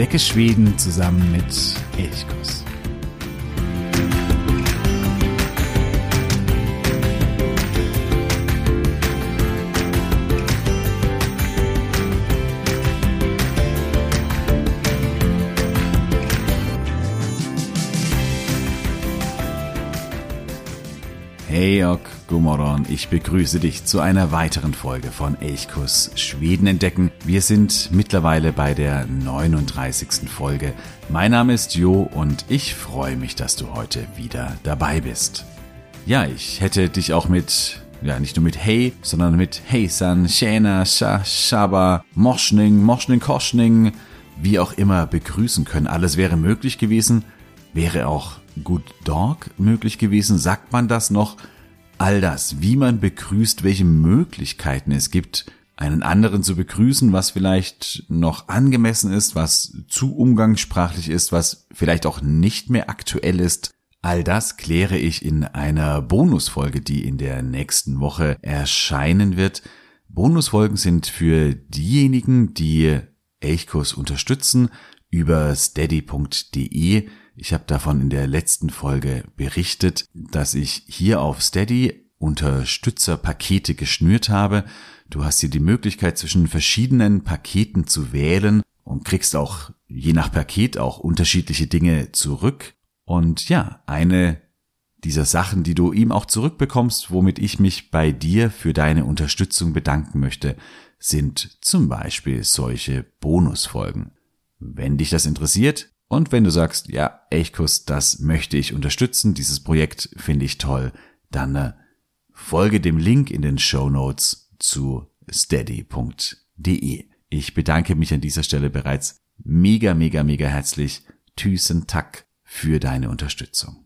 Entdecke Schweden zusammen mit Elchkuss. Hey och, god morgon. Ich begrüße dich zu einer weiteren Folge von Elchkuss Schweden entdecken. Wir sind mittlerweile bei der 39. Folge. Mein Name ist Jo und ich freue mich, dass du heute wieder dabei bist. Ja, ich hätte dich auch nicht nur mit Hey, sondern mit Hejsan, Tjena, Shaba, Moschning, Koschning, wie auch immer begrüßen können. Alles wäre möglich gewesen, wäre auch Good Dog möglich gewesen, sagt man das noch? All das, wie man begrüßt, welche Möglichkeiten es gibt, einen anderen zu begrüßen, was vielleicht noch angemessen ist, was zu umgangssprachlich ist, was vielleicht auch nicht mehr aktuell ist. All das kläre ich in einer Bonusfolge, die in der nächsten Woche erscheinen wird. Bonusfolgen sind für diejenigen, die Elchkuss unterstützen, über steady.de. Ich habe davon in der letzten Folge berichtet, dass ich hier auf Steady Unterstützerpakete geschnürt habe. Du hast hier die Möglichkeit, zwischen verschiedenen Paketen zu wählen und kriegst auch je nach Paket auch unterschiedliche Dinge zurück. Und ja, eine dieser Sachen, die du ihm auch zurückbekommst, womit ich mich bei dir für deine Unterstützung bedanken möchte, sind zum Beispiel solche Bonusfolgen. Wenn dich das interessiert, und wenn du sagst, ja, Elchkuss, das möchte ich unterstützen, dieses Projekt finde ich toll, dann folge dem Link in den Shownotes zu steady.de. Ich bedanke mich an dieser Stelle bereits mega herzlich. Tusen Tack für deine Unterstützung.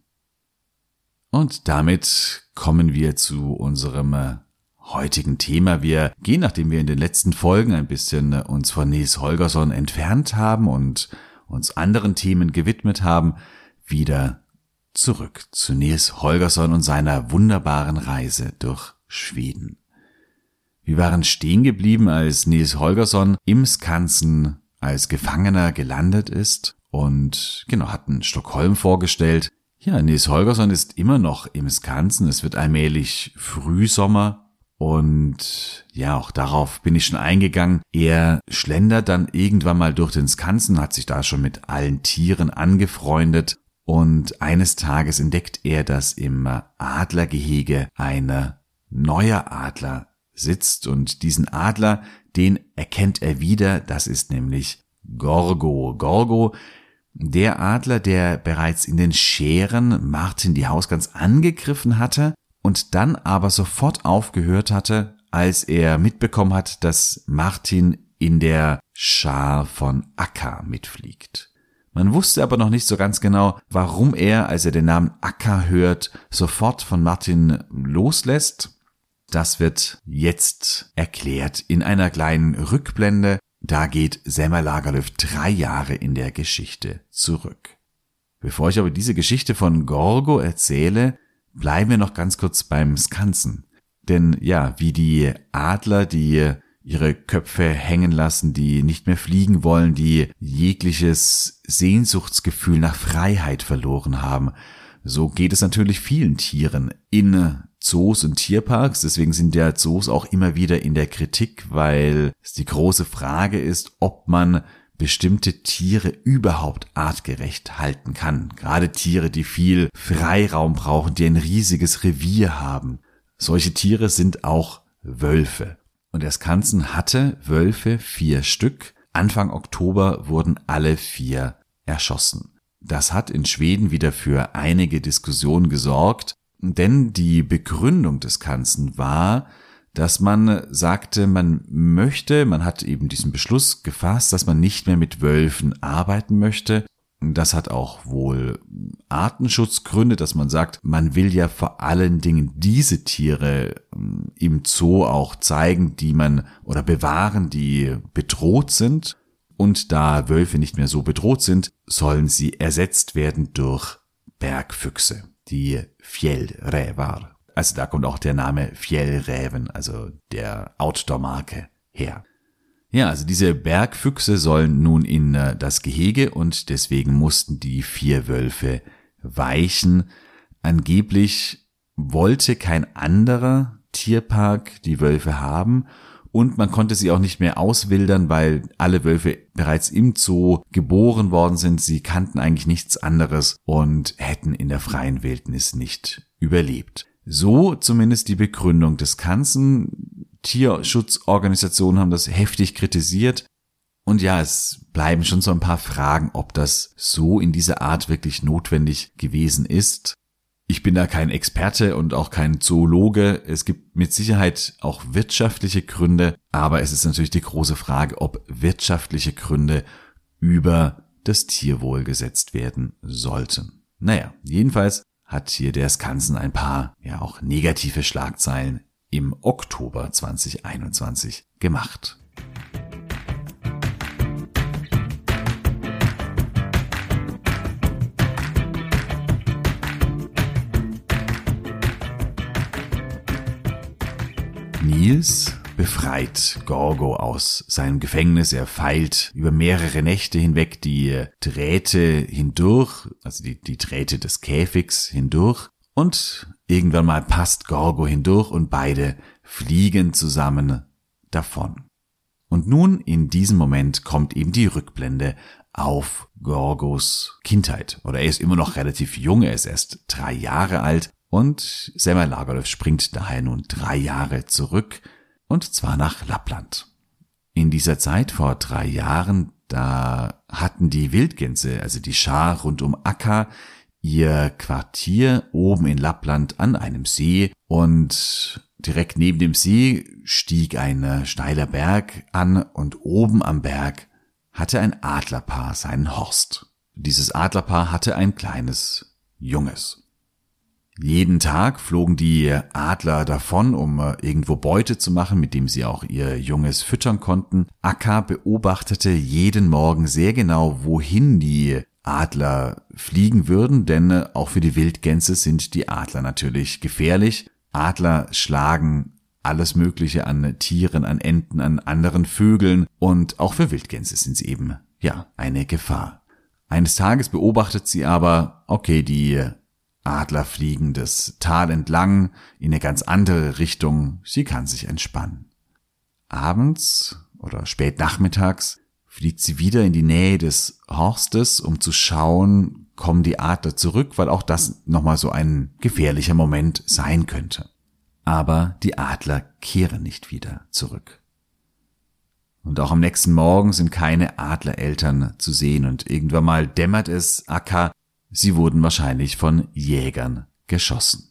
Und damit kommen wir zu unserem heutigen Thema. Wir gehen, nachdem wir in den letzten Folgen ein bisschen uns von Nils Holgersson entfernt haben und uns anderen Themen gewidmet haben, wieder zurück zu Nils Holgersson und seiner wunderbaren Reise durch Schweden. Wir waren stehen geblieben, als Nils Holgersson im Skansen als Gefangener gelandet ist und hatten Stockholm vorgestellt. Ja, Nils Holgersson ist immer noch im Skansen, es wird allmählich Frühsommer. Und ja, auch darauf bin ich schon eingegangen. Er schlendert dann irgendwann mal durch den Skansen, hat sich da schon mit allen Tieren angefreundet und eines Tages entdeckt er, dass im Adlergehege ein neuer Adler sitzt und diesen Adler, den erkennt er wieder, das ist nämlich Gorgo. Gorgo, der Adler, der bereits in den Schären Martin die Hausgans angegriffen hatte, und dann aber sofort aufgehört hatte, als er mitbekommen hat, dass Martin in der Schar von Akka mitfliegt. Man wusste aber noch nicht so ganz genau, warum er, als er den Namen Akka hört, sofort von Martin loslässt. Das wird jetzt erklärt in einer kleinen Rückblende. Da geht Selma Lagerlöf 3 Jahre in der Geschichte zurück. Bevor ich aber diese Geschichte von Gorgo erzähle, bleiben wir noch ganz kurz beim Skansen. Denn ja, wie die Adler, die ihre Köpfe hängen lassen, die nicht mehr fliegen wollen, die jegliches Sehnsuchtsgefühl nach Freiheit verloren haben, so geht es natürlich vielen Tieren in Zoos und Tierparks. Deswegen sind ja Zoos auch immer wieder in der Kritik, weil es die große Frage ist, ob man bestimmte Tiere überhaupt artgerecht halten kann. Gerade Tiere, die viel Freiraum brauchen, die ein riesiges Revier haben. Solche Tiere sind auch Wölfe. Und der Skansen hatte Wölfe, 4 Stück. Anfang Oktober wurden alle 4 erschossen. Das hat in Schweden wieder für einige Diskussionen gesorgt, denn die Begründung des Skansen war, dass man sagte, man hat eben diesen Beschluss gefasst, dass man nicht mehr mit Wölfen arbeiten möchte. Das hat auch wohl Artenschutzgründe, dass man sagt, man will ja vor allen Dingen diese Tiere im Zoo auch zeigen, bewahren, die bedroht sind. Und da Wölfe nicht mehr so bedroht sind, sollen sie ersetzt werden durch Bergfüchse, die Fjällrävar. Also da kommt auch der Name Fjällräven, also der Outdoor-Marke, her. Ja, also diese Bergfüchse sollen nun in das Gehege und deswegen mussten die 4 Wölfe weichen. Angeblich wollte kein anderer Tierpark die Wölfe haben und man konnte sie auch nicht mehr auswildern, weil alle Wölfe bereits im Zoo geboren worden sind. Sie kannten eigentlich nichts anderes und hätten in der freien Wildnis nicht überlebt. So zumindest die Begründung des Ganzen. Tierschutzorganisationen haben das heftig kritisiert. Und ja, es bleiben schon so ein paar Fragen, ob das so in dieser Art wirklich notwendig gewesen ist. Ich bin da kein Experte und auch kein Zoologe. Es gibt mit Sicherheit auch wirtschaftliche Gründe, aber es ist natürlich die große Frage, ob wirtschaftliche Gründe über das Tierwohl gesetzt werden sollten. Naja, jedenfalls hat hier der Skansen ein paar, ja auch negative Schlagzeilen im Oktober 2021 gemacht. Niels befreit Gorgo aus seinem Gefängnis. Er feilt über mehrere Nächte hinweg die Drähte hindurch, also die Drähte des Käfigs hindurch. Und irgendwann mal passt Gorgo hindurch und beide fliegen zusammen davon. Und nun in diesem Moment kommt eben die Rückblende auf Gorgos Kindheit. Oder er ist immer noch relativ jung, er ist erst 3 Jahre alt. Und Selma Lagerlöf springt daher nun 3 Jahre zurück, und zwar nach Lappland. In dieser Zeit vor 3 Jahren, da hatten die Wildgänse, also die Schar rund um Akka, ihr Quartier oben in Lappland an einem See, und direkt neben dem See stieg ein steiler Berg an und oben am Berg hatte ein Adlerpaar seinen Horst. Dieses Adlerpaar hatte ein kleines Junges. Jeden Tag flogen die Adler davon, um irgendwo Beute zu machen, mit dem sie auch ihr Junges füttern konnten. Akka beobachtete jeden Morgen sehr genau, wohin die Adler fliegen würden, denn auch für die Wildgänse sind die Adler natürlich gefährlich. Adler schlagen alles Mögliche an Tieren, an Enten, an anderen Vögeln, und auch für Wildgänse sind sie eben, ja, eine Gefahr. Eines Tages beobachtet sie aber, okay, die Adler fliegen das Tal entlang in eine ganz andere Richtung. Sie kann sich entspannen. Abends oder spät nachmittags fliegt sie wieder in die Nähe des Horstes, um zu schauen, kommen die Adler zurück, weil auch das nochmal so ein gefährlicher Moment sein könnte. Aber die Adler kehren nicht wieder zurück. Und auch am nächsten Morgen sind keine Adlereltern zu sehen, und irgendwann mal dämmert es Akka, sie wurden wahrscheinlich von Jägern geschossen.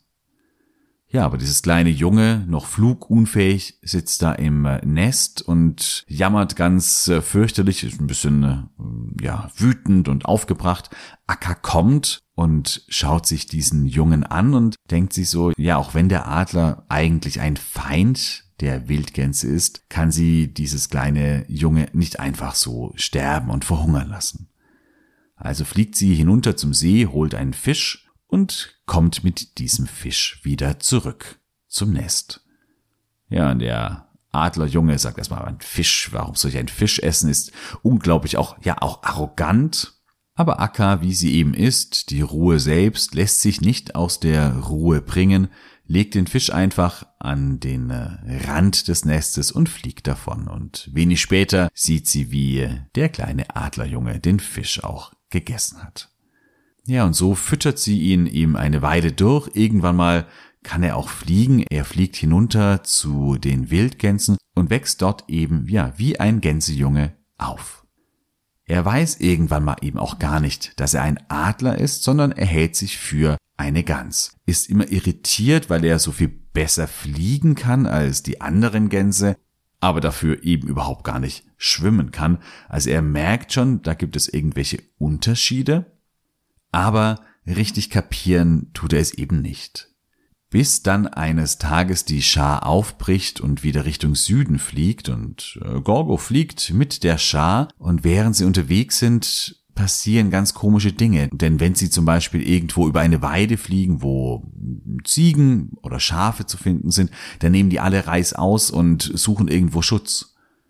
Ja, aber dieses kleine Junge, noch flugunfähig, sitzt da im Nest und jammert ganz fürchterlich, ist ein bisschen wütend und aufgebracht. Akka kommt und schaut sich diesen Jungen an und denkt sich so, ja, auch wenn der Adler eigentlich ein Feind der Wildgänse ist, kann sie dieses kleine Junge nicht einfach so sterben und verhungern lassen. Also fliegt sie hinunter zum See, holt einen Fisch und kommt mit diesem Fisch wieder zurück zum Nest. Ja, und der Adlerjunge sagt erstmal, ein Fisch, warum soll ich einen Fisch essen, ist unglaublich auch arrogant. Aber Akka, wie sie eben ist, die Ruhe selbst, lässt sich nicht aus der Ruhe bringen, legt den Fisch einfach an den Rand des Nestes und fliegt davon. Und wenig später sieht sie, wie der kleine Adlerjunge den Fisch auch gegessen hat. Ja, und so füttert sie ihn ihm eine Weile durch. Irgendwann mal kann er auch fliegen. Er fliegt hinunter zu den Wildgänsen und wächst dort eben, wie ein Gänsejunge auf. Er weiß irgendwann mal eben auch gar nicht, dass er ein Adler ist, sondern er hält sich für eine Gans. Ist immer irritiert, weil er so viel besser fliegen kann als die anderen Gänse, aber dafür eben überhaupt gar nicht schwimmen kann. Also er merkt schon, da gibt es irgendwelche Unterschiede, aber richtig kapieren tut er es eben nicht. Bis dann eines Tages die Schar aufbricht und wieder Richtung Süden fliegt, und Gorgo fliegt mit der Schar, und während sie unterwegs sind, passieren ganz komische Dinge. Denn wenn sie zum Beispiel irgendwo über eine Weide fliegen, wo Ziegen oder Schafe zu finden sind, dann nehmen die alle reißaus und suchen irgendwo Schutz.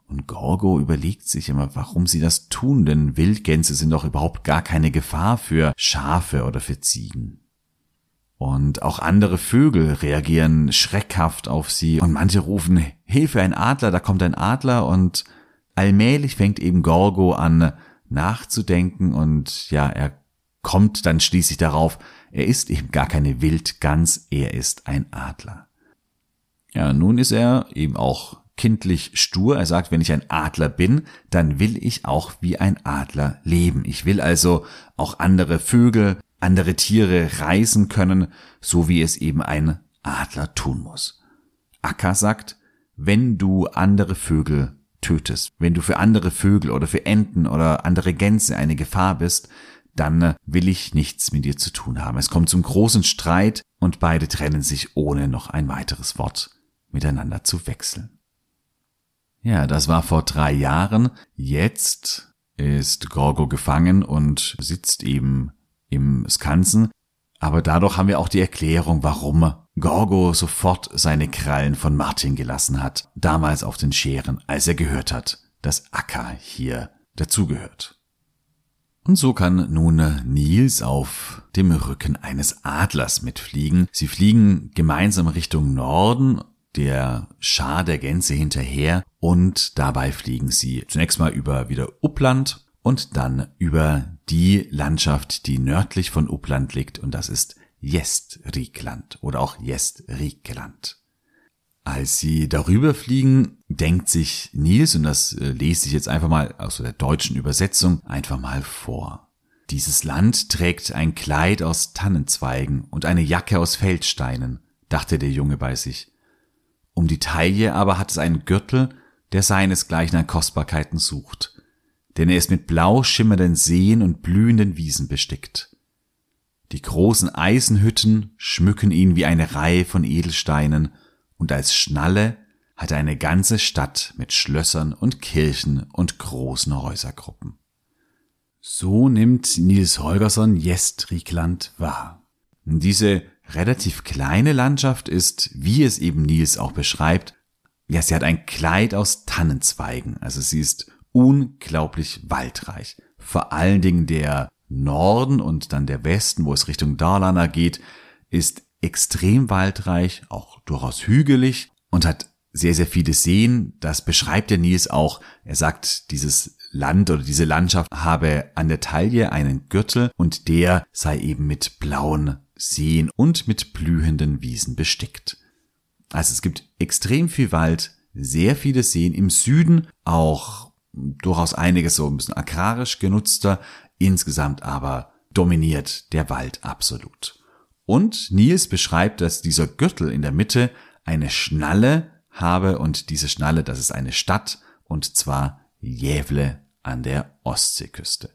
Und Gorgo überlegt sich immer, warum sie das tun, denn Wildgänse sind doch überhaupt gar keine Gefahr für Schafe oder für Ziegen. Und auch andere Vögel reagieren schreckhaft auf sie und manche rufen, Hilfe, ein Adler, da kommt ein Adler, und allmählich fängt eben Gorgo an nachzudenken und ja, er kommt dann schließlich darauf, er ist eben gar keine Wildgans, er ist ein Adler. Ja, nun ist er eben auch kindlich stur. Er sagt, wenn ich ein Adler bin, dann will ich auch wie ein Adler leben. Ich will also auch andere Vögel, andere Tiere reißen können, so wie es eben ein Adler tun muss. Akka sagt, wenn du andere Vögel tötest, wenn du für andere Vögel oder für Enten oder andere Gänse eine Gefahr bist, dann will ich nichts mit dir zu tun haben. Es kommt zum großen Streit und beide trennen sich, ohne noch ein weiteres Wort miteinander zu wechseln. Ja, das war vor 3 Jahren. Jetzt ist Gorgo gefangen und sitzt eben im Skansen. Aber dadurch haben wir auch die Erklärung, warum Gorgo sofort seine Krallen von Martin gelassen hat, damals auf den Scheren, als er gehört hat, dass Akka hier dazugehört. Und so kann nun Niels auf dem Rücken eines Adlers mitfliegen. Sie fliegen gemeinsam Richtung Norden, der Schar der Gänse hinterher, und dabei fliegen sie zunächst mal über wieder Uppland und dann über die Landschaft, die nördlich von Uppland liegt, und das ist Gästrikland oder auch Gästrikeland. Als sie darüber fliegen, denkt sich Niels, und das lese ich jetzt einfach mal aus der deutschen Übersetzung einfach mal vor. Dieses Land trägt ein Kleid aus Tannenzweigen und eine Jacke aus Feldsteinen, dachte der Junge bei sich. Um die Taille aber hat es einen Gürtel, der seinesgleichen an Kostbarkeiten sucht, denn er ist mit blau schimmernden Seen und blühenden Wiesen bestickt. Die großen Eisenhütten schmücken ihn wie eine Reihe von Edelsteinen, und als Schnalle hat er eine ganze Stadt mit Schlössern und Kirchen und großen Häusergruppen. So nimmt Niels Holgersson Gästrikland wahr. Diese relativ kleine Landschaft ist, wie es eben Niels auch beschreibt, ja, sie hat ein Kleid aus Tannenzweigen, also sie ist unglaublich waldreich. Vor allen Dingen der Norden und dann der Westen, wo es Richtung Dalarna geht, ist extrem waldreich, auch durchaus hügelig und hat sehr, sehr viele Seen. Das beschreibt der Niels auch. Er sagt, dieses Land oder diese Landschaft habe an der Taille einen Gürtel und der sei eben mit blauen Seen und mit blühenden Wiesen bestickt. Also es gibt extrem viel Wald, sehr viele Seen, im Süden auch durchaus einiges so ein bisschen agrarisch genutzter, insgesamt aber dominiert der Wald absolut. Und Niels beschreibt, dass dieser Gürtel in der Mitte eine Schnalle habe, und diese Schnalle, das ist eine Stadt, und zwar Gävle an der Ostseeküste.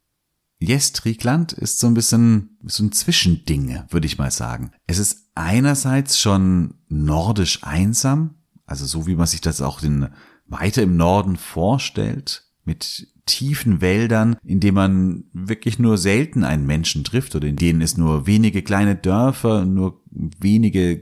Gästrikland ist so ein bisschen so ein Zwischending, würde ich mal sagen. Es ist einerseits schon nordisch einsam, also so wie man sich das auch weiter im Norden vorstellt, mit tiefen Wäldern, in denen man wirklich nur selten einen Menschen trifft oder in denen es nur wenige kleine Dörfer, nur wenige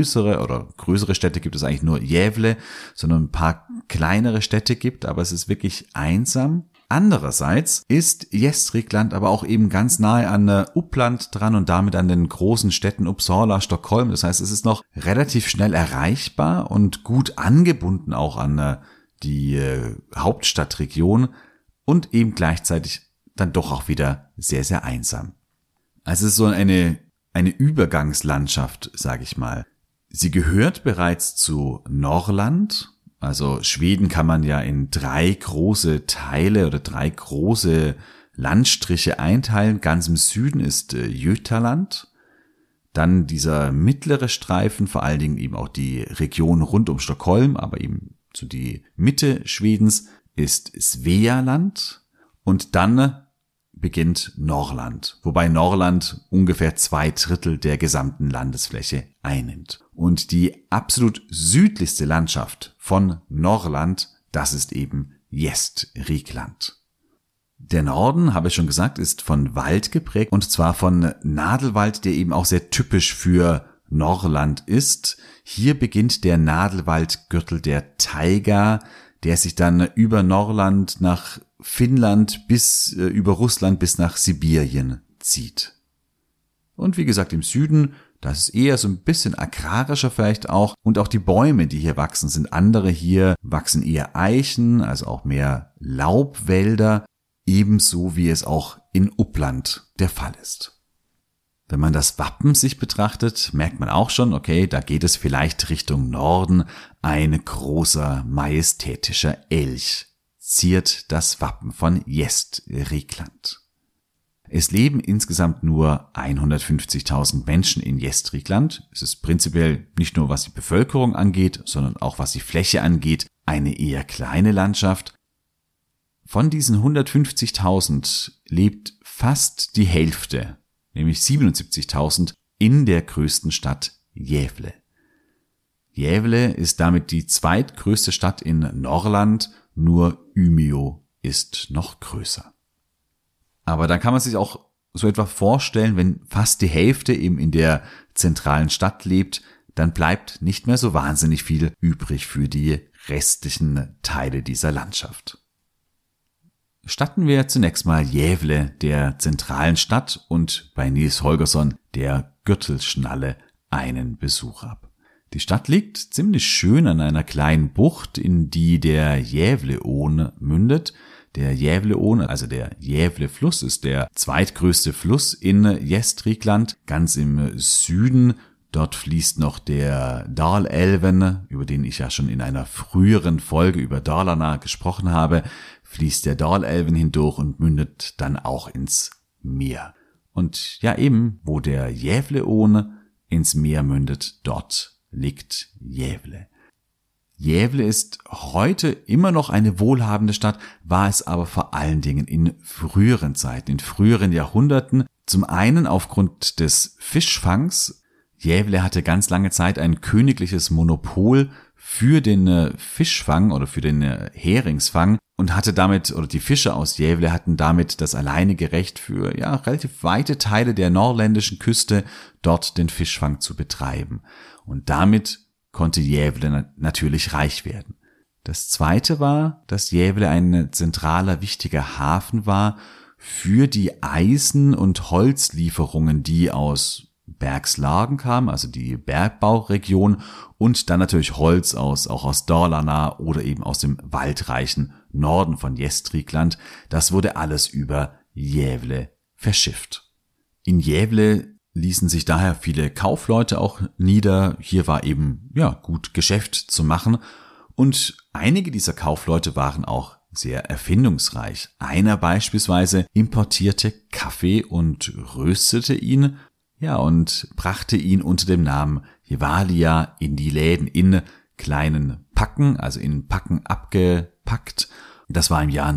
größere Städte gibt es eigentlich nur Gävle, sondern ein paar kleinere Städte gibt, aber es ist wirklich einsam. Andererseits ist Gästrikland aber auch eben ganz nahe an Uppland dran und damit an den großen Städten Uppsala, Stockholm. Das heißt, es ist noch relativ schnell erreichbar und gut angebunden auch an die Hauptstadtregion und eben gleichzeitig dann doch auch wieder sehr, sehr einsam. Also es ist so eine Übergangslandschaft, sage ich mal. Sie gehört bereits zu Norrland. Also Schweden kann man ja in 3 große Teile oder 3 große Landstriche einteilen. Ganz im Süden ist Götaland. Dann dieser mittlere Streifen, vor allen Dingen eben auch die Region rund um Stockholm, aber eben so die Mitte Schwedens ist Svealand. Und dann beginnt Norrland, wobei Norrland ungefähr 2/3 der gesamten Landesfläche einnimmt. Und die absolut südlichste Landschaft von Norrland, das ist eben Gästrikland. Der Norden, habe ich schon gesagt, ist von Wald geprägt, und zwar von Nadelwald, der eben auch sehr typisch für Norrland ist. Hier beginnt der Nadelwaldgürtel der Taiga, der sich dann über Norland nach Finnland bis über Russland bis nach Sibirien zieht. Und wie gesagt, im Süden, das ist eher so ein bisschen agrarischer vielleicht auch. Und auch die Bäume, die hier wachsen, sind andere. Hier wachsen eher Eichen, also auch mehr Laubwälder, ebenso wie es auch in Uppland der Fall ist. Wenn man das Wappen sich betrachtet, merkt man auch schon, okay, da geht es vielleicht Richtung Norden. Ein großer, majestätischer Elch ziert das Wappen von Gästrikland. Es leben insgesamt nur 150.000 Menschen in Gästrikland. Es ist prinzipiell nicht nur was die Bevölkerung angeht, sondern auch was die Fläche angeht, eine eher kleine Landschaft. Von diesen 150.000 lebt fast die Hälfte, nämlich 77.000, in der größten Stadt Gävle. Gävle ist damit die zweitgrößte Stadt in Norrland, nur Umeå ist noch größer. Aber da kann man sich auch so etwa vorstellen, wenn fast die Hälfte eben in der zentralen Stadt lebt, dann bleibt nicht mehr so wahnsinnig viel übrig für die restlichen Teile dieser Landschaft. Statten wir zunächst mal Gävle, der zentralen Stadt, und bei Nils Holgersson, der Gürtelschnalle, einen Besuch ab. Die Stadt liegt ziemlich schön an einer kleinen Bucht, in die der Gävleån mündet. Der Gävleån, also der Gävlefluss, ist der zweitgrößte Fluss in Gästrikland, ganz im Süden. Dort fließt noch der Dalälven, über den ich ja schon in einer früheren Folge über Dalarna gesprochen habe, fließt der Dalälven hindurch und mündet dann auch ins Meer. Und ja eben, wo der Gävleån ins Meer mündet, dort liegt Gävle. Gävle ist heute immer noch eine wohlhabende Stadt, war es aber vor allen Dingen in früheren Zeiten, in früheren Jahrhunderten. Zum einen aufgrund des Fischfangs. Gävle hatte ganz lange Zeit ein königliches Monopol für den Fischfang oder für den Heringsfang und hatte damit, oder die Fischer aus Gävle hatten damit das alleinige Recht für relativ weite Teile der norländischen Küste dort den Fischfang zu betreiben. Und damit konnte Gävle natürlich reich werden. Das zweite war, dass Gävle ein zentraler, wichtiger Hafen war für die Eisen- und Holzlieferungen, die aus Bergslagen kamen, also die Bergbauregion, und dann natürlich Holz auch aus Dalarna oder eben aus dem waldreichen Norden von Gästrikland. Das wurde alles über Gävle verschifft. In Gävle ließen sich daher viele Kaufleute auch nieder. Hier war eben gut Geschäft zu machen, und einige dieser Kaufleute waren auch sehr erfindungsreich. Einer beispielsweise importierte Kaffee und röstete ihn, und brachte ihn unter dem Namen Gevalia in die Läden in kleinen Packen, also in Packen abgepackt. Das war im Jahr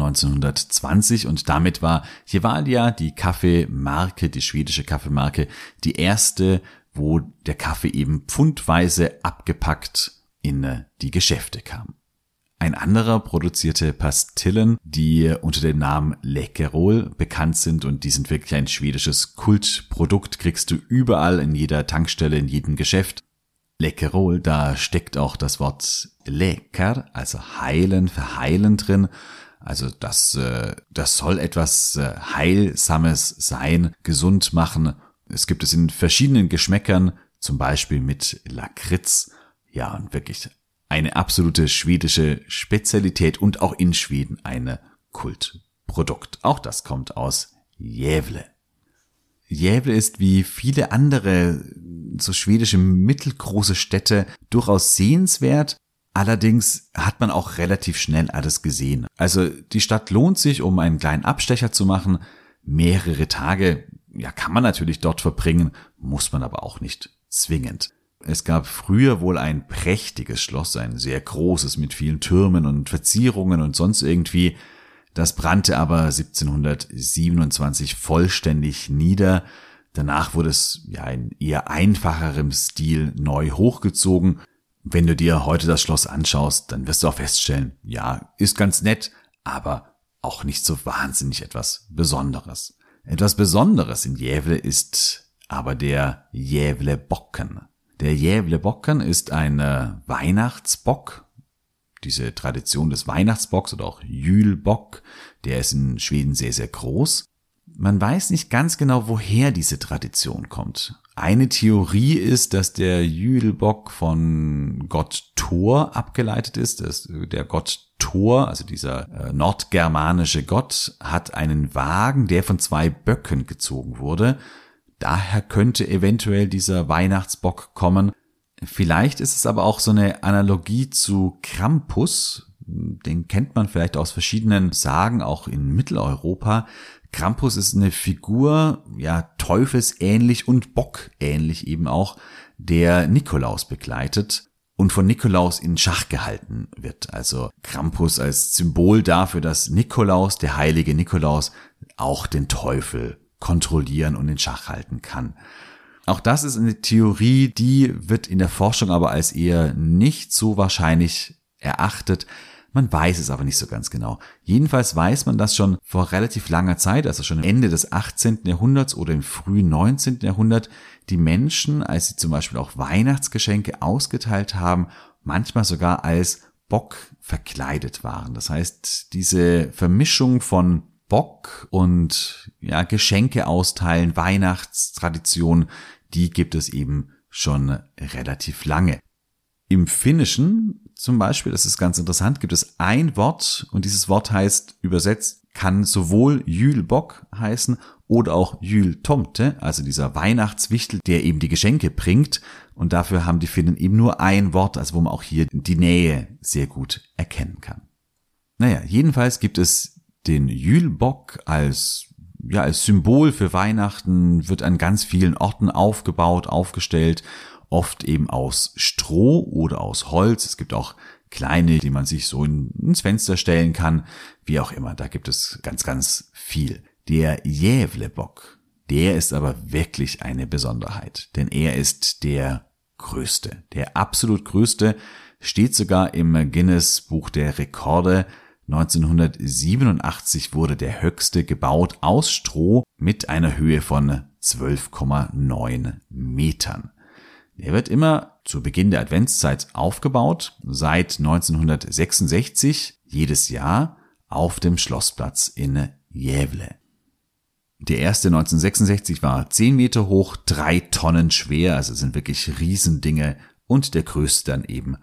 1920 und damit war Gevalia, die Kaffeemarke, die schwedische Kaffeemarke, die erste, wo der Kaffee eben pfundweise abgepackt in die Geschäfte kam. Ein anderer produzierte Pastillen, die unter dem Namen Läkerol bekannt sind, und die sind wirklich ein schwedisches Kultprodukt, kriegst du überall in jeder Tankstelle, in jedem Geschäft. Läkerol, da steckt auch das Wort Läker, also heilen, verheilen drin. Also das soll etwas Heilsames sein, gesund machen. Es gibt es in verschiedenen Geschmäckern, zum Beispiel mit Lakritz. Ja, und wirklich eine absolute schwedische Spezialität und auch in Schweden ein Kultprodukt. Auch das kommt aus Gävle. Gävle ist wie viele andere so schwedische mittelgroße Städte durchaus sehenswert. Allerdings hat man auch relativ schnell alles gesehen. Also die Stadt lohnt sich, um einen kleinen Abstecher zu machen. Mehrere Tage, kann man natürlich dort verbringen, muss man aber auch nicht zwingend. Es gab früher wohl ein prächtiges Schloss, ein sehr großes mit vielen Türmen und Verzierungen und sonst irgendwie. Das brannte aber 1727 vollständig nieder. Danach wurde es in eher einfacherem Stil neu hochgezogen. Wenn du dir heute das Schloss anschaust, dann wirst du auch feststellen, ist ganz nett, aber auch nicht so wahnsinnig etwas Besonderes. Etwas Besonderes in Gävle ist aber der Gävlebocken. Der Gävlebocken ist ein Weihnachtsbock, diese Tradition des Weihnachtsbocks oder auch Julbock, der ist in Schweden sehr, sehr groß. Man weiß nicht ganz genau, woher diese Tradition kommt. Eine Theorie ist, dass der Julbock von Gott Thor abgeleitet ist. Der Gott Thor, also dieser nordgermanische Gott, hat einen Wagen, der von 2 Böcken gezogen wurde. Daher könnte eventuell dieser Weihnachtsbock kommen. Vielleicht ist es aber auch so eine Analogie zu Krampus. Den kennt man vielleicht aus verschiedenen Sagen, auch in Mitteleuropa. Krampus ist eine Figur, ja, teufelsähnlich und bockähnlich eben auch, der Nikolaus begleitet und von Nikolaus in Schach gehalten wird. Also Krampus als Symbol dafür, dass Nikolaus, der heilige Nikolaus, auch den Teufel kontrollieren und in Schach halten kann. Auch das ist eine Theorie, die wird in der Forschung aber als eher nicht so wahrscheinlich erachtet. Man weiß es aber nicht so ganz genau. Jedenfalls weiß man, dass schon vor relativ langer Zeit, also schon Ende des 18. Jahrhunderts oder im frühen 19. Jahrhundert, die Menschen, als sie zum Beispiel auch Weihnachtsgeschenke ausgeteilt haben, manchmal sogar als Bock verkleidet waren. Das heißt, diese Vermischung von Bock und ja, Geschenke austeilen, Weihnachtstradition, die gibt es eben schon relativ lange. Im Finnischen zum Beispiel, das ist ganz interessant, gibt es ein Wort und dieses Wort heißt übersetzt, kann sowohl Julbock heißen oder auch Jultomte, also dieser Weihnachtswichtel, der eben die Geschenke bringt. Und dafür haben die Finnen eben nur ein Wort, also wo man auch hier die Nähe sehr gut erkennen kann. Naja, jedenfalls gibt es den Julbock als Symbol für Weihnachten, wird an ganz vielen Orten aufgebaut, aufgestellt, oft eben aus Stroh oder aus Holz. Es gibt auch kleine, die man sich so ins Fenster stellen kann, wie auch immer. Da gibt es ganz, ganz viel. Der Gävlebock, der ist aber wirklich eine Besonderheit, denn er ist der größte, der absolut größte, steht sogar im Guinness-Buch der Rekorde. 1987 wurde der höchste gebaut aus Stroh mit einer Höhe von 12,9 Metern. Er wird immer zu Beginn der Adventszeit aufgebaut, seit 1966 jedes Jahr auf dem Schlossplatz in Gävle. Der erste 1966 war 10 Meter hoch, 3 Tonnen schwer, also sind wirklich Riesendinge, und der größte dann eben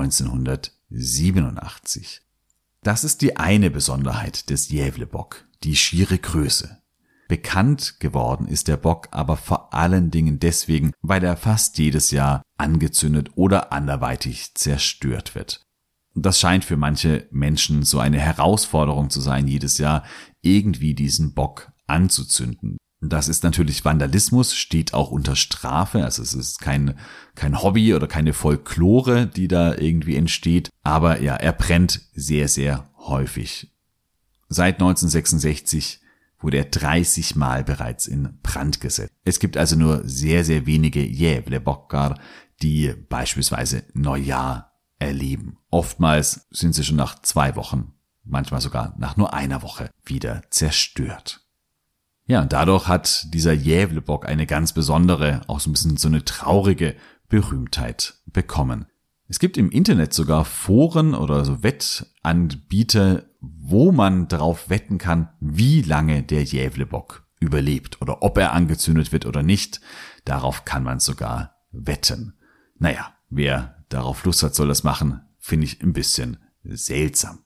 1987. Das ist die eine Besonderheit des Gävlebock, die schiere Größe. Bekannt geworden ist der Bock aber vor allen Dingen deswegen, weil er fast jedes Jahr angezündet oder anderweitig zerstört wird. Und das scheint für manche Menschen so eine Herausforderung zu sein, jedes Jahr irgendwie diesen Bock anzuzünden. Das ist natürlich Vandalismus, steht auch unter Strafe, also es ist kein Hobby oder keine Folklore, die da irgendwie entsteht, aber ja, er brennt sehr, sehr häufig. Seit 1966 wurde er 30 Mal bereits in Brand gesetzt. Es gibt also nur sehr, sehr wenige Gävlebockar, die beispielsweise Neujahr erleben. Oftmals sind sie schon nach 2 Wochen, manchmal sogar nach nur einer Woche wieder zerstört. Ja, und dadurch hat dieser Gävlebock eine ganz besondere, auch so ein bisschen so eine traurige Berühmtheit bekommen. Es gibt im Internet sogar Foren oder so Wettanbieter, wo man darauf wetten kann, wie lange der Gävlebock überlebt oder ob er angezündet wird oder nicht. Darauf kann man sogar wetten. Naja, wer darauf Lust hat, soll das machen, finde ich ein bisschen seltsam.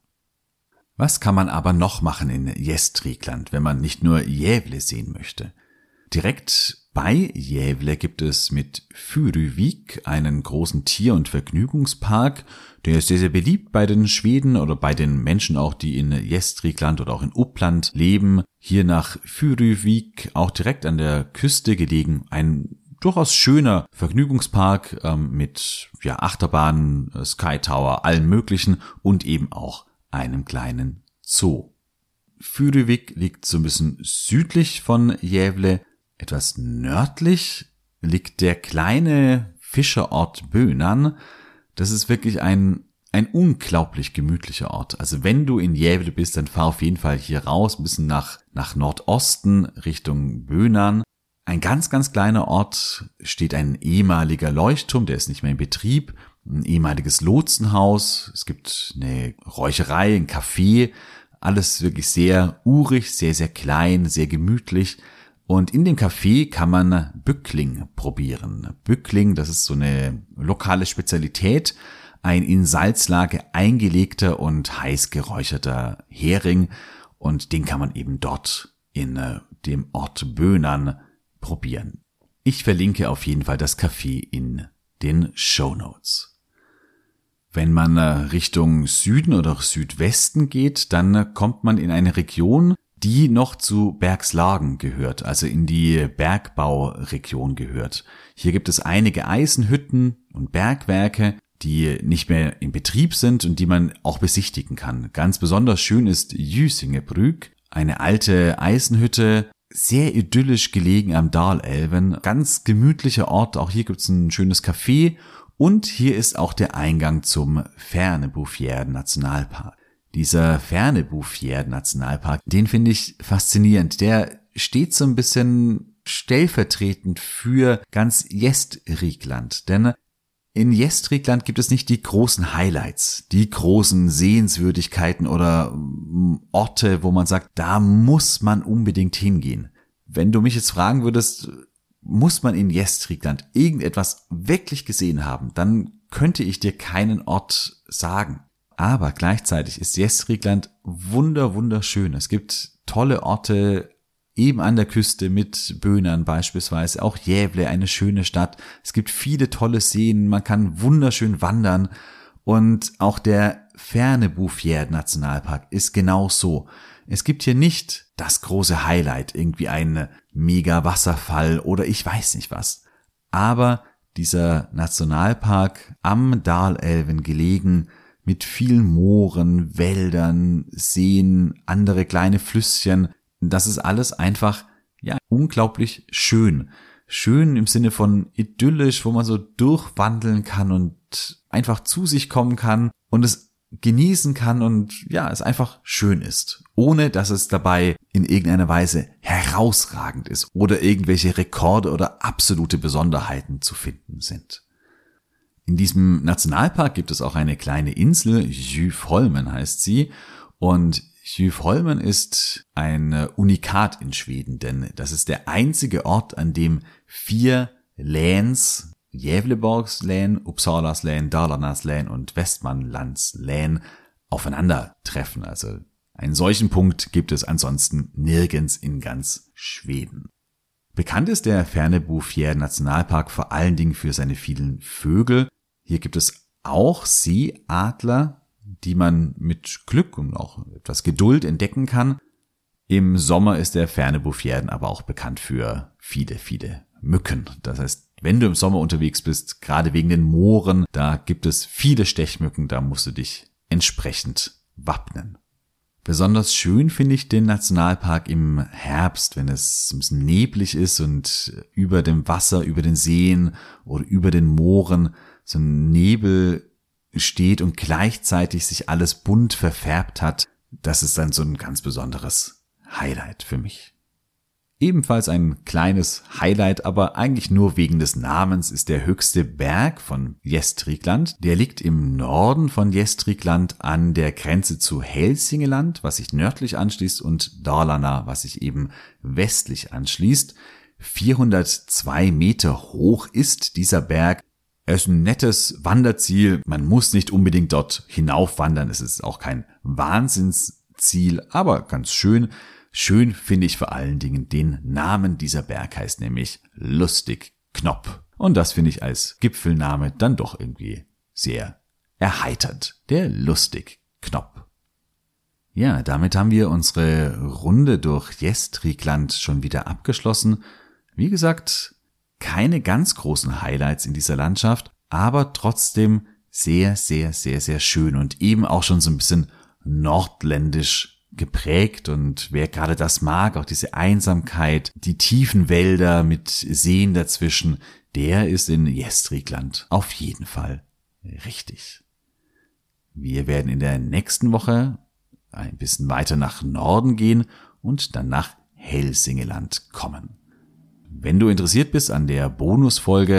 Was kann man aber noch machen in Gästrikland, wenn man nicht nur Gävle sehen möchte? Direkt bei Gävle gibt es mit Furuvik einen großen Tier- und Vergnügungspark. Der ist sehr, sehr beliebt bei den Schweden oder bei den Menschen auch, die in Gästrikland oder auch in Uppland leben. Hier nach Furuvik, auch direkt an der Küste gelegen, ein durchaus schöner Vergnügungspark mit Achterbahnen, Sky Tower, allem möglichen und eben auch einem kleinen Zoo. Furuvik liegt so ein bisschen südlich von Gävle. Etwas nördlich liegt der kleine Fischerort Bönan. Das ist wirklich ein unglaublich gemütlicher Ort. Also wenn du in Gävle bist, dann fahr auf jeden Fall hier raus, ein bisschen nach Nordosten Richtung Bönan. Ein ganz, ganz kleiner Ort, steht ein ehemaliger Leuchtturm, der ist nicht mehr in Betrieb. ein ehemaliges Lotsenhaus, es gibt eine Räucherei, ein Café, alles wirklich sehr urig, sehr, sehr klein, sehr gemütlich. Und in dem Café kann man Bückling probieren. Bückling, das ist so eine lokale Spezialität, ein in Salzlake eingelegter und heiß geräucherter Hering. Und den kann man eben dort in dem Ort Böhnern probieren. Ich verlinke auf jeden Fall das Café in den Shownotes. Wenn man Richtung Süden oder Südwesten geht, dann kommt man in eine Region, die noch zu Bergslagen gehört, also in die Bergbauregion gehört. Hier gibt es einige Eisenhütten und Bergwerke, die nicht mehr in Betrieb sind und die man auch besichtigen kann. Ganz besonders schön ist Jüsingebrück, eine alte Eisenhütte, sehr idyllisch gelegen am Dalälven, ganz gemütlicher Ort. Auch hier gibt es ein schönes Café und hier ist auch der Eingang zum Färnebufjärden-Nationalpark. Dieser Färnebufjärden-Nationalpark, den finde ich faszinierend. Der steht so ein bisschen stellvertretend für ganz Gästrikland, denn in Gästrikland gibt es nicht die großen Highlights, die großen Sehenswürdigkeiten oder Orte, wo man sagt, da muss man unbedingt hingehen. Wenn du mich jetzt fragen würdest, muss man in Gästrikland irgendetwas wirklich gesehen haben, dann könnte ich dir keinen Ort sagen. Aber gleichzeitig ist Gästrikland wunderschön. Es gibt tolle Orte, eben an der Küste mit Böhnern beispielsweise, auch Gävle, eine schöne Stadt. Es gibt viele tolle Seen, man kann wunderschön wandern und auch der Färnebufjärden-Nationalpark ist genau so. Es gibt hier nicht das große Highlight, irgendwie ein mega Wasserfall oder ich weiß nicht was. Aber dieser Nationalpark am Dalälven gelegen, mit vielen Mooren, Wäldern, Seen, andere kleine Flüsschen, das ist alles einfach, ja, unglaublich schön. Schön im Sinne von idyllisch, wo man so durchwandeln kann und einfach zu sich kommen kann und es genießen kann und ja, es einfach schön ist. Ohne, dass es dabei in irgendeiner Weise herausragend ist oder irgendwelche Rekorde oder absolute Besonderheiten zu finden sind. In diesem Nationalpark gibt es auch eine kleine Insel, Jyfholmen heißt sie, und Jyfholmen ist ein Unikat in Schweden, denn das ist der einzige Ort, an dem 4 Läns, Gävleborgs län, Uppsalas län, Dalarnas län und Västmanlands län aufeinandertreffen. Also einen solchen Punkt gibt es ansonsten nirgends in ganz Schweden. Bekannt ist der Färnebufjärden-Nationalpark vor allen Dingen für seine vielen Vögel. Hier gibt es auch Seeadler, die man mit Glück und auch etwas Geduld entdecken kann. Im Sommer ist der Färnebufjärden aber auch bekannt für viele Mücken. Das heißt, wenn du im Sommer unterwegs bist, gerade wegen den Mooren, da gibt es viele Stechmücken, da musst du dich entsprechend wappnen. Besonders schön finde ich den Nationalpark im Herbst, wenn es ein bisschen neblig ist und über dem Wasser, über den Seen oder über den Mooren so ein Nebel steht und gleichzeitig sich alles bunt verfärbt hat. Das ist dann so ein ganz besonderes Highlight für mich. Ebenfalls ein kleines Highlight, aber eigentlich nur wegen des Namens, ist der höchste Berg von Gästrikland. Der liegt im Norden von Gästrikland an der Grenze zu Hälsingeland, was sich nördlich anschließt, und Dalarna, was sich eben westlich anschließt. 402 Meter hoch ist dieser Berg. Er ist ein nettes Wanderziel. Man muss nicht unbedingt dort hinaufwandern. Es ist auch kein Wahnsinnsziel, aber ganz schön. Schön finde ich vor allen Dingen den Namen dieser Berg, heißt nämlich Lustig Knopp. Und das finde ich als Gipfelname dann doch irgendwie sehr erheiternd. Der Lustig Knopp. Ja, damit haben wir unsere Runde durch Gästrikland schon wieder abgeschlossen. Wie gesagt, keine ganz großen Highlights in dieser Landschaft, aber trotzdem sehr schön und eben auch schon so ein bisschen nordländisch geprägt. Und wer gerade das mag, auch diese Einsamkeit, die tiefen Wälder mit Seen dazwischen, der ist in Gästrikland auf jeden Fall richtig. Wir werden in der nächsten Woche ein bisschen weiter nach Norden gehen und dann nach Hälsingeland kommen. Wenn du interessiert bist an der Bonusfolge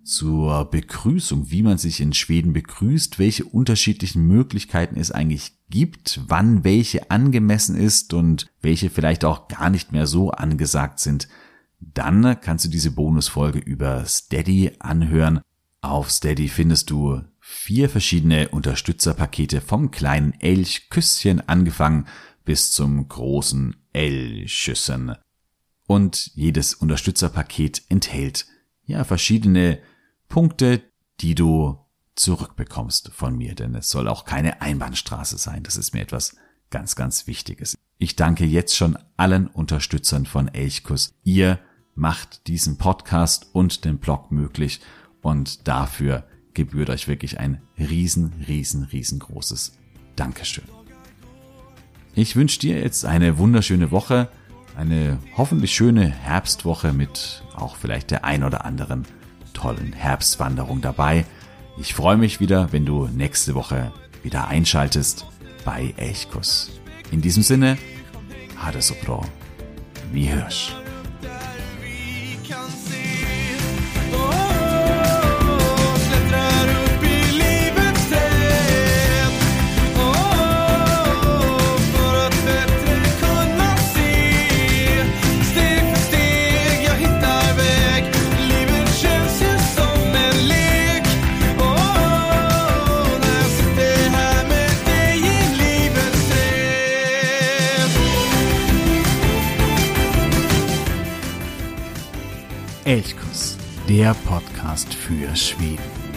zur Begrüßung, wie man sich in Schweden begrüßt, welche unterschiedlichen Möglichkeiten es eigentlich gibt, wann welche angemessen ist und welche vielleicht auch gar nicht mehr so angesagt sind, dann kannst du diese Bonusfolge über Steady anhören. Auf Steady findest du 4 verschiedene Unterstützerpakete vom kleinen Elchküsschen angefangen bis zum großen Elchschüssen. Und jedes Unterstützerpaket enthält verschiedene Punkte, die du zurückbekommst von mir, denn es soll auch keine Einbahnstraße sein. Das ist mir etwas ganz, ganz Wichtiges. Ich danke jetzt schon allen Unterstützern von Elchkuss. Ihr macht diesen Podcast und den Blog möglich und dafür gebührt euch wirklich ein riesengroßes Dankeschön. Ich wünsche dir jetzt eine wunderschöne Woche, eine hoffentlich schöne Herbstwoche mit auch vielleicht der ein oder anderen tollen Herbstwanderung dabei. Ich freue mich wieder, wenn du nächste Woche wieder einschaltest bei Elchkuss. In diesem Sinne, ha det så bra. Vi hörs. Elchkuss, der Podcast für Schweden.